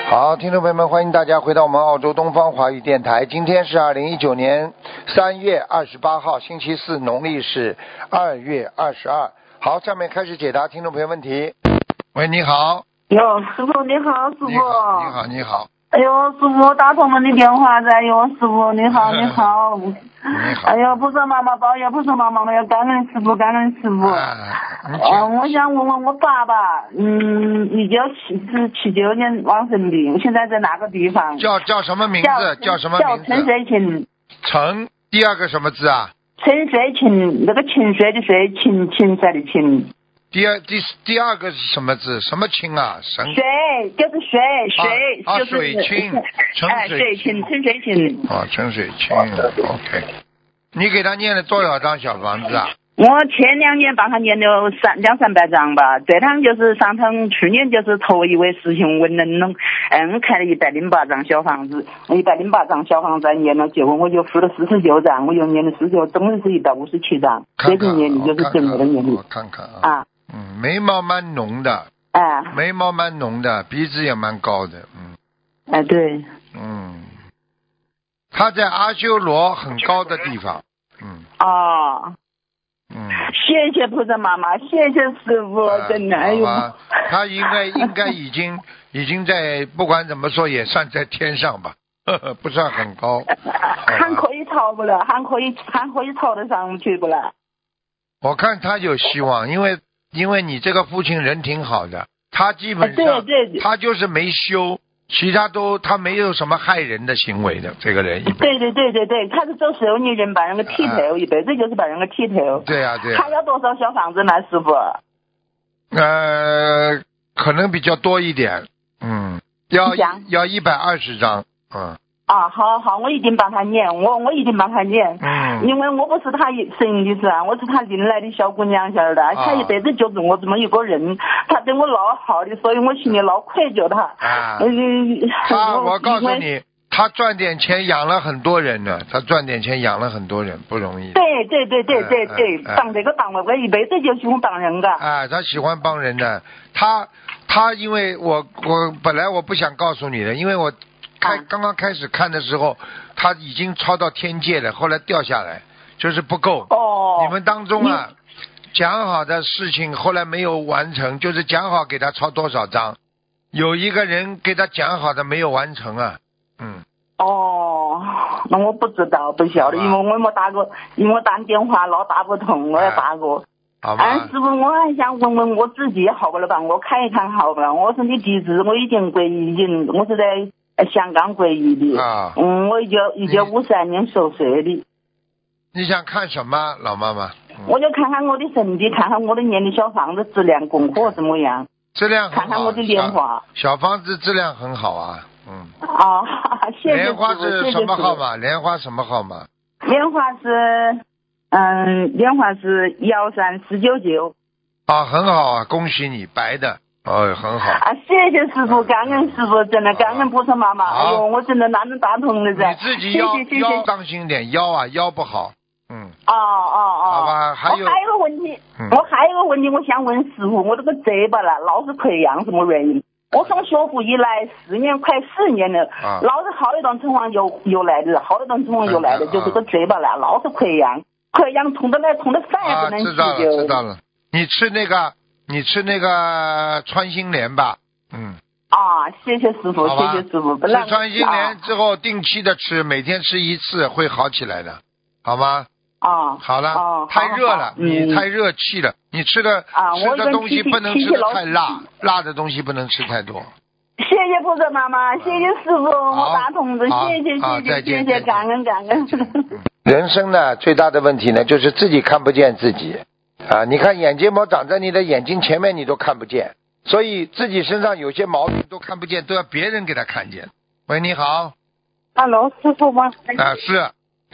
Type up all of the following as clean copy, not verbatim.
好，听众朋友们，欢迎大家回到我们澳洲东方华语电台。今天是2019年3月28号，星期四，农历是2月22。好，下面开始解答听众朋友问题。喂，你好。 哟，师傅你好，师傅。 你好，你好，你好。 哎呦，师傅打通了你电话噻，哟，师傅你好，你好。 你好。 哎呦，菩萨妈妈保佑，菩萨妈妈要感恩师傅，感恩师傅。我想问问我爸爸，1979年往生的，现在在哪个地方？ 叫什么名字？叫什么名字？ 叫陈水琴。 陈，第二个什么字啊？ 陈水琴，那个清水的水，芹菜的芹。 第二个是什么字？什么青啊？水就是水，就是水青，陈水青。陈水青 ，OK。你给他念了多少张小房子啊？ 我前2年帮他念了200-300张吧，这趟就是上趟去年就是头一位师兄文能弄，开了108张小房子，108张小房子念了，结果我就付了49张，我又念了49，总是157张，这个年龄就是正月的年龄。 我看看啊。眉毛蛮浓的。眉毛蛮浓的，鼻子也蛮高的， 对。 他在阿修罗很高的地方， 谢谢菩萨妈妈，谢谢师傅，真的。 他应该已经在，不管怎么说也算在天上吧，不算很高。 还可以超不了，还可以超得上去不了。 我看他有希望，因为你这个父亲人挺好的，他基本上对他就是没修，其他他没有什么害人的行为的这个人。 对，他是做生意人，把人给剃头，一辈子就是把人给剃头。 对啊。 他要多少小房子呢，师傅？ 可能比较多一点，要120张， 好，我一定帮他念，我一定帮他念，因为我不是他生的是啊，我是他领来的小姑娘晓得的，他一辈子就是我这么一个人，他对我老好的，所以我心里老愧疚他。 我告诉你，他赚点钱养了很多人呢，不容易。 对，当这个当了，我一辈子就喜欢帮人的。 他喜欢帮人的，他因为我本来我不想告诉你的，因为我刚刚开始看的时候，他已经超到天界了，后来掉下来，就是不够。你们当中讲好的事情后来没有完成，就是讲好给他抄多少张，有一个人给他讲好的没有完成啊。 那我不知道，不晓得，因为我没打过，因为我打电话老打不通，我也打过。师傅，我还想问问我自己好不了吧？我看一看好不了？我是你弟子，我已经皈依，我是在香港皈依的。我1952年受税的。 你想看什么，老妈妈？ 我就看看我的身体，看看我的念的小房子质量功课怎么样。 质量很好。 看看我的莲花。 小房子质量很好啊。 谢谢。 莲花是什么号码？莲花什么号码？ 莲花是13499。 很好啊，恭喜你，白的。很好。 谢谢师傅，感恩师傅，真的感恩菩萨妈妈。哎呦，我真的哪能打通的噻？ 你自己腰当心点，腰不好。好吧，还有个问题，我想问师傅，我这个嘴巴啦，老是溃疡，什么原因？我从学佛以来4年，快4年了，老是好一段情况又来的，就这个嘴巴啦，老是溃疡痛得来，痛得饭也不能吃。 知道了。你吃那个穿心莲吧。 谢谢师傅，谢谢师傅。 吃穿心莲之后定期的吃，每天吃1次会好起来的，好吗？好了，太热了，你太热气了，你吃的东西不能吃的太辣的东西不能吃太多。 谢谢菩萨妈妈，谢谢师傅，我打通了，谢谢，感恩。 人生呢，最大的问题呢，就是自己看不见自己你看眼睫毛长在你的眼睛前面，你都看不见，所以自己身上有些毛病都看不见，都要别人给他看见。喂，你好。 Hello， 师傅吗？ 是。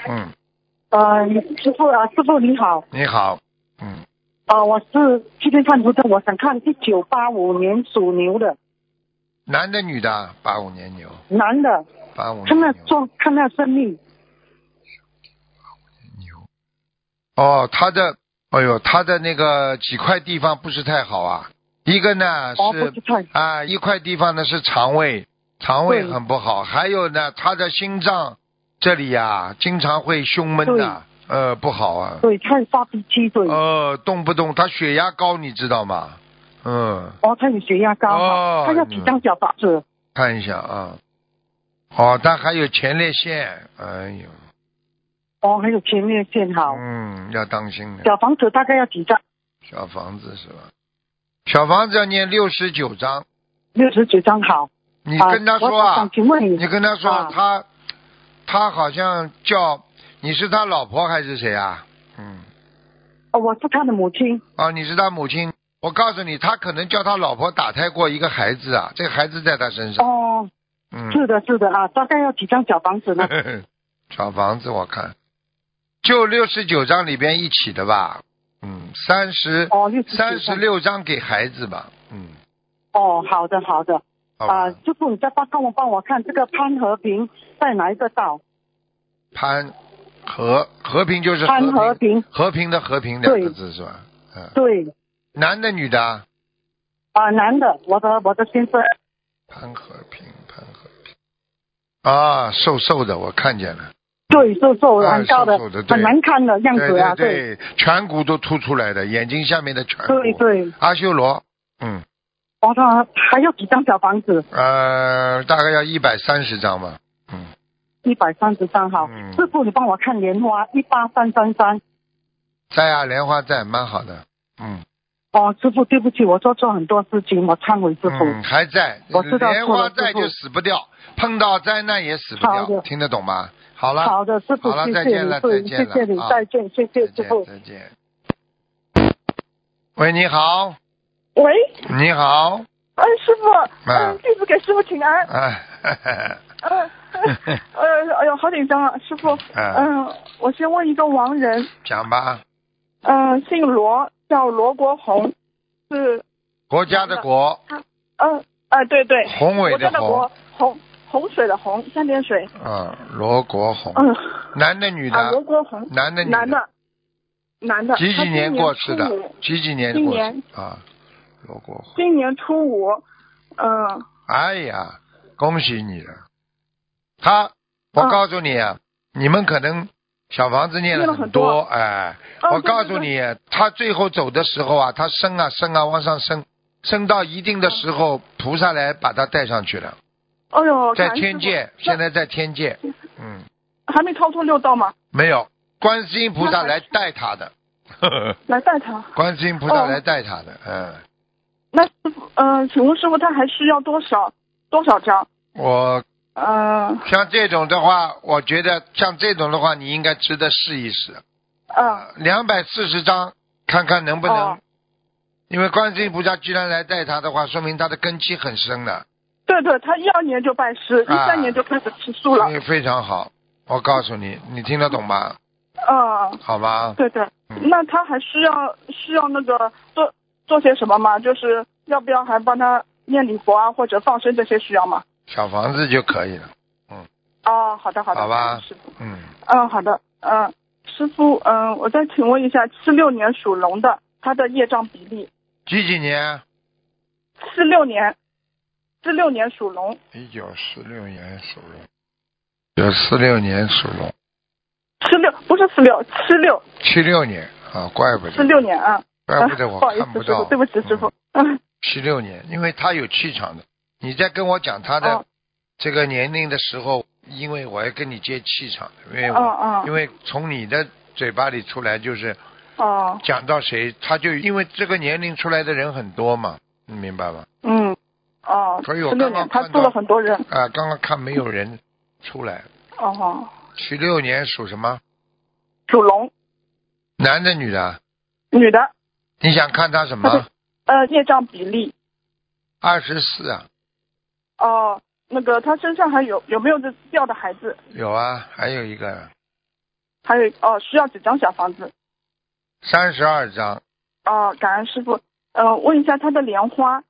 师傅你好。 你好。 我是今天看图的，我想看1985年属牛的。 男的女的？85年牛。 男的。 85年牛。看那生命。 牛。他的那个几块地方不是太好啊。一个呢是一块地方呢是肠胃， 肠胃很不好，还有呢，他的心脏这里呀，经常会胸闷的，不好啊。 对，他有发脾气，对。 动不动他血压高，你知道吗？ 他有血压高，他要几张小房子？ 看一下啊。他还有前列腺，哎呦。 还有前列腺，好。 要当心的。 小房子大概要几张？ 小房子是吧？小房子要念69章。 69章，好。 你跟他说啊， 请问你跟他说，他好像叫你是他老婆还是谁啊？ 我是他的母亲。 你是他母亲。我告诉你，他可能叫他老婆打胎过一个孩子啊，这个孩子在他身上。 是的啊，大概要几张小房子呢？ 小房子我看就69章里边一起的吧。36张给孩子吧。 好的。师父，你再帮我看这个潘和平在哪一个道？ 和平就是潘和平， 和平的和平两个字是吧？ 对。 男的女的？ 男的，我的先生。 潘和平。瘦的，我看见了。 对，瘦很高的，很难看的样子啊。 对，颧骨都凸出来的，眼睛下面的颧骨。 对。 阿修罗。 他还要几张小房子？ 大概要130张吧。 130张，好。师父，你帮我看莲花18333。 在啊，莲花在，蛮好的。 师父，对不起，我做错很多事情，我忏悔师父。 还在。 我知道莲花在就死不掉，碰到灾难也死不掉，听得懂吗？好了。 好的，师父， 好了，再见了。 谢谢你，再见，谢谢师父。 再见。喂，你好。 喂。 你好。 师父，弟子给师父请安。哎呦，好紧张啊，师父。我先问一个亡人。 讲吧。 姓罗，叫罗国红，是国家的国。 对。 宏伟的宏，洪水的洪，三点水。 罗国红。男的女的？ 罗国红。 男的女的？男的。几年过世的？几年过世？罗国红。 今年初5。 哎呀，恭喜你了。我告诉你啊，你们可能小房子念了很多，我告诉你，他最后走的时候啊，他升啊往上升到一定的时候，菩萨来把他带上去了。 哎呦， 在天界，现在在天界。 还没超脱6道吗？ 没有，观世音菩萨来带他的。 来带他。 观世音菩萨来带他的。 那师傅，请问师傅他还需要多少张？ 像这种的话，我觉得像这种的话，你应该值得试一试。240张，看看能不能。因为观世音菩萨居然来带他的话，说明他的根基很深的。 对，他12年就拜师，13年就开始吃素了。 非常好，我告诉你，你听得懂吗？好吧。 对。那他还需要那个做些什么吗？就是要不要还帮他念礼佛啊，或者放生这些需要吗？ 小房子就可以了。 好的。 好吧。 师傅。好的。师傅，我再请问一下，76年属龙的，他的业障比例。 几年 ？46年属龙。 1946年属龙。96年属龙。 16不是46 76年怪不得。 46年啊。 怪不得我看不到。 对不起师傅。 76年，因为他有气场的。你在跟我讲他的这个年龄的时候，因为我要跟你接气场，因为从你的嘴巴里出来就是讲到谁，他就因为这个年龄出来的人很多嘛，你明白吗？所以我刚刚他做了很多人刚刚看没有人出来。76年属什么？ 属龙。 男的女的？ 女的。 你想看他什么？ 业障比例。 24啊。 那个他身上还有没有掉的孩子？有啊，还有一个。 还有需要几张小房子 ？32张。 感恩师傅。问一下他的莲花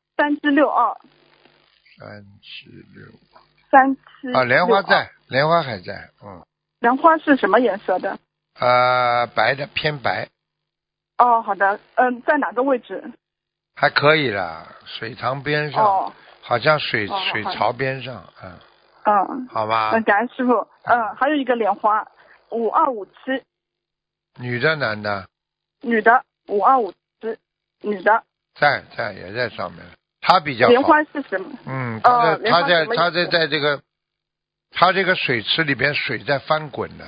3762。376。 莲花在，莲花还在。 莲花是什么颜色的？ 白的，偏白。 好的。在哪个位置？ 还可以啦，水塘边上。 好像水槽边上，好吧。 感恩师傅。还有一个莲花，5257。 女的男的？ 女的，5257，女的。 也在上面，她比较好。 莲花是什么？ 她在这个，她这个水池里边水在翻滚呢。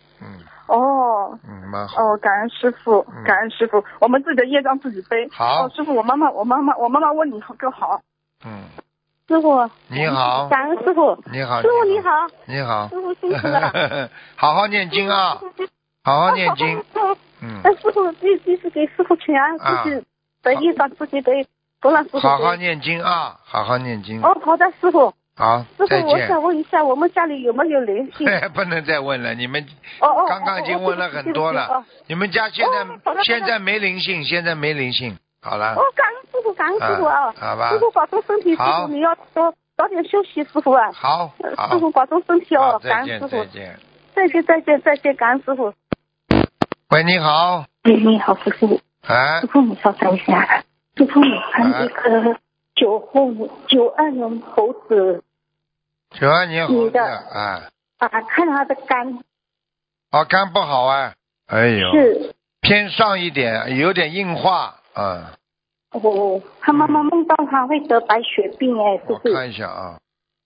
蛮好。 感恩师傅，感恩师傅，我们自己的业障自己背。 好。 师傅，我妈妈问你更好。 师傅你好。 感恩师傅。 你好。 师傅你好。 你好。 师傅辛苦了。 好好念经啊，好好念经。 师傅必须给师傅请安，自己的业障自己背，不让师傅背。 好好念经啊，好好念经。 好的，师傅。 好， 师傅，我想问一下，我们家里有没有灵性？ 不能再问了，你们刚刚已经问了很多了。你们家现在没灵性，现在没灵性。好了。 感恩师傅，感恩师傅啊！ 好吧。 师傅保重身体，师傅你要早点休息，师傅啊。 好。 师傅保重身体哦，感恩师傅。再见，感恩师傅。 喂，你好。 你好，师傅。师傅，你稍等一下。师傅，你看一个92年猴子。 92年猴子。 看他的肝。 肝不好啊。哎呦。 是。 偏上一点，有点硬化。 他妈妈梦到他会得白血病是不是？ 我看一下啊。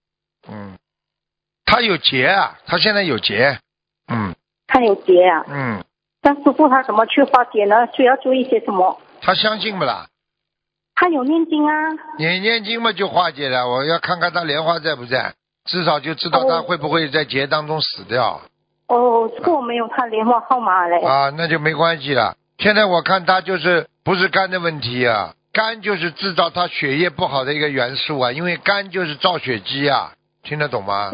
他有结啊，他现在有结。 他有结啊。但师傅他怎么去化解呢？需要注意些什么？ 他相信不啦？ 他有念经啊。 你念经嘛就化解了，我要看看他莲花在不在，至少就知道他会不会在劫当中死掉。 师傅我没有他莲花号码嘞。 那就没关系了。现在我看他就是不是肝的问题啊，肝就是制造他血液不好的一个元素啊，因为肝就是造血机啊，听得懂吗？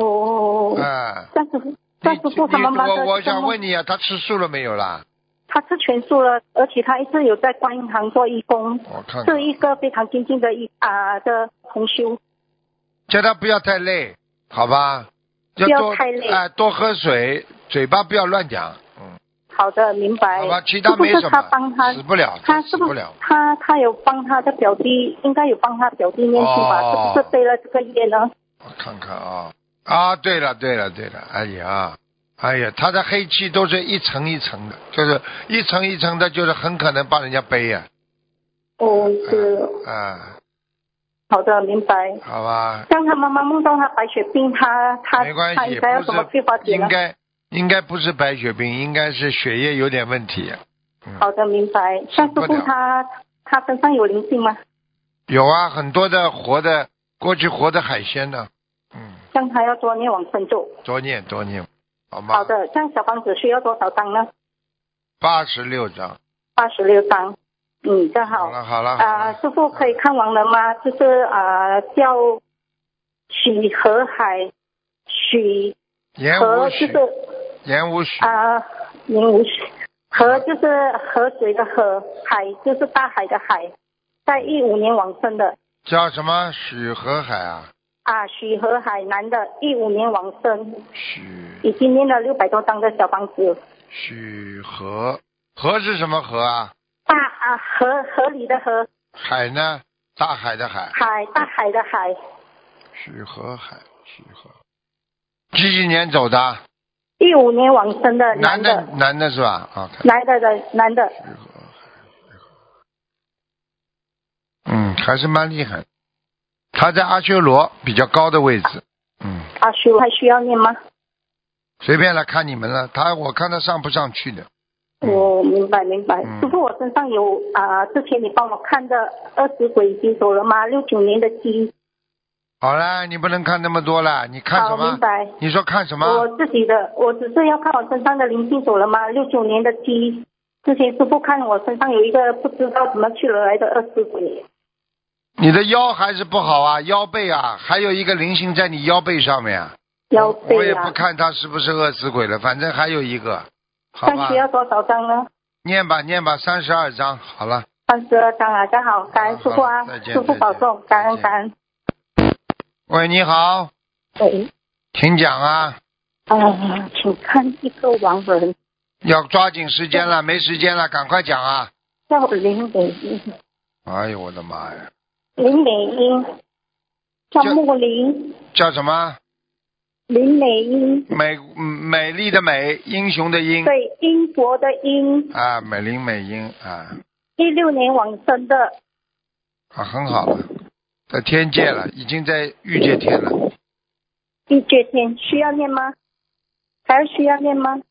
但师傅他妈妈我想问你啊，他吃素了没有啦？ 他吃全素了，而且他一直有在观音堂做义工， 我看是一个非常精进的的同修。 叫他不要太累，好吧？ 不要太累。 多喝水，嘴巴不要乱讲。 好的，明白。 好吧，其他没什么。 是不是他帮他死不了？ 他是不是他有帮他的表弟，应该有帮他表弟念经吧？是不是背了这个业呢？ 我看看对了，哎呀，他的黑气都是一层一层的，就是一层一层的，就是很可能帮人家背呀。 是。好的，明白。 好吧。 像他妈妈梦到他白血病，他没关系， 应该要怎么去化解呢？ 应该不是白血病，应该是血液有点问题。 好的，明白。像师傅他身上有灵性吗？ 有啊，很多的过去活的海鲜呢。 像他要多念往生咒。 多念，好吗？ 好的，像小房子需要多少张呢 ？86张。 86张。正好。 好了。 师傅可以看亡人吗？就是叫许和海，和就是言无许。 言无许。河就是河水的河，海就是大海的海，在15年往生的。 叫什么？许和海啊？ 许和海，男的，15年往生。已经念了600多张的小房子。许和是什么河啊？ 河里的河。 海呢？大海的海。 大海的海。 许和海。几年走的 ？15年往生的男的是吧？ 男的。 还是蛮厉害。他在阿修罗比较高的位置。 阿修罗还需要念吗？ 随便来看你们了，我看他上不上去的。 明白。师傅，我身上有之前你帮我看的20鬼已经走了吗？69年的鸡。 好了，你不能看那么多了，你看什么？ 明白。 你说看什么？ 我自己的，我只是要看我身上的灵性走了吗？69年的鸡。之前师傅看我身上有一个不知道怎么去了来的20鬼。 你的腰还是不好啊，腰背啊，还有一个灵性在你腰背上面啊。 腰背啊。 我也不看他是不是饿死鬼了，反正还有一个。好吧。 那需要多少张呢？ 念吧，32张，好了。 32张啊，刚好，感恩师傅啊，师傅保重，感恩。 喂，你好。 喂。 请讲啊。 请看一个亡人。 要抓紧时间了，没时间了，赶快讲啊。 叫林美英。 哎呦我的妈呀！ 林美英叫木林。 叫什么？ 林美英。 美丽的美，英雄的英。 对，英国的英。 啊，美林美英啊。 16年往生的。 啊，很好了，在天界了，已经在欲界天了。 欲界天需要念吗？还需要念吗？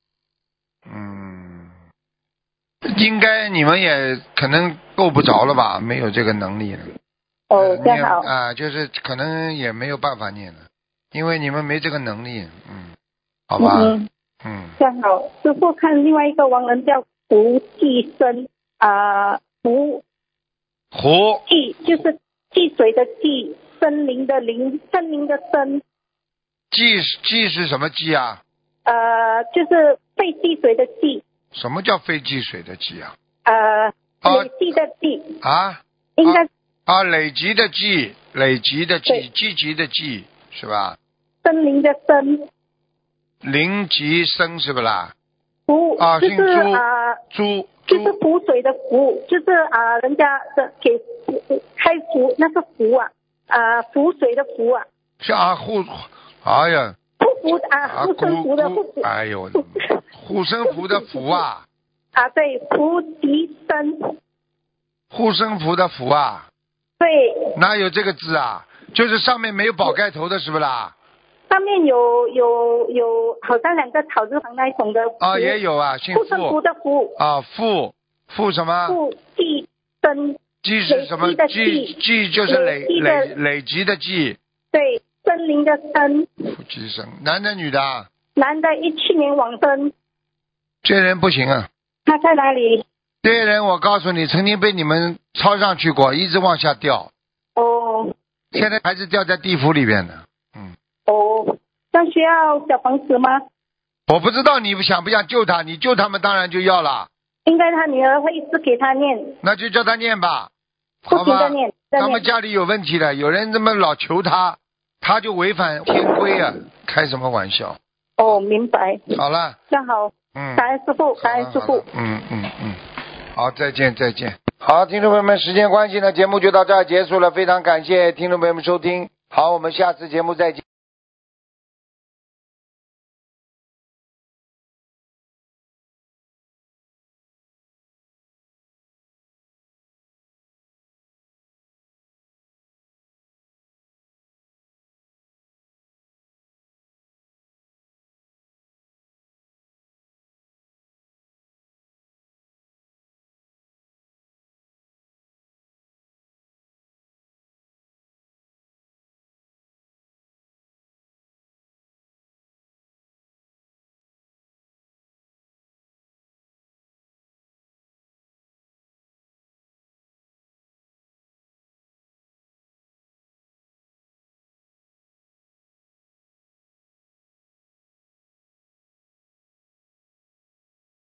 应该你们也可能够不着了吧，没有这个能力了。 哦，这样好。 啊，就是可能也没有办法念了，因为你们没这个能力。好吧。 这样好。师父看另外一个亡人叫胡继生胡继就是济水的济，森林的林，森林的森。 济是什么济啊？ 就是废济水的济。 什么叫废济水的济啊？ 累积的积。应该。 累积的积，累积的积，积极的积，是吧？ 森林的森。林吉生是不啦？ 湖姓朱。 就是湖水的湖，就是人家的给开湖，那是湖湖水的湖啊。 是哎呀。 护身符的护。 哎呦，护身符的符啊。 对，福吉生。 护身符的符啊。 对。 哪有这个字啊？就是上面没有宝盖头的，是不啦？ 上面有好像2个草字旁那一种的。 也有啊，姓护身符的符。 符什么？ 福吉生。 积是什么？积就是累积的积。 对。森林的森。 福吉生，男的女的？ 男的，17年往生。 这人不行啊。 他在哪里？ 这人我告诉你，曾经被你们抄上去过，一直往下掉。现在还是掉在地府里边的。 那需要小房子吗？ 我不知道你想不想救他，你救他们当然就要了。 应该他女儿会一直给他念。 那就叫他念吧。 不停的念。 他们家里有问题了，有人这么老求他，他就违反天规啊，开什么玩笑。 明白。 好了。 这样好。感恩师父，感恩师父。 好，再见。好，听众朋友们，时间关系呢，节目就到这儿结束了，非常感谢听众朋友们收听。好，我们下次节目再见。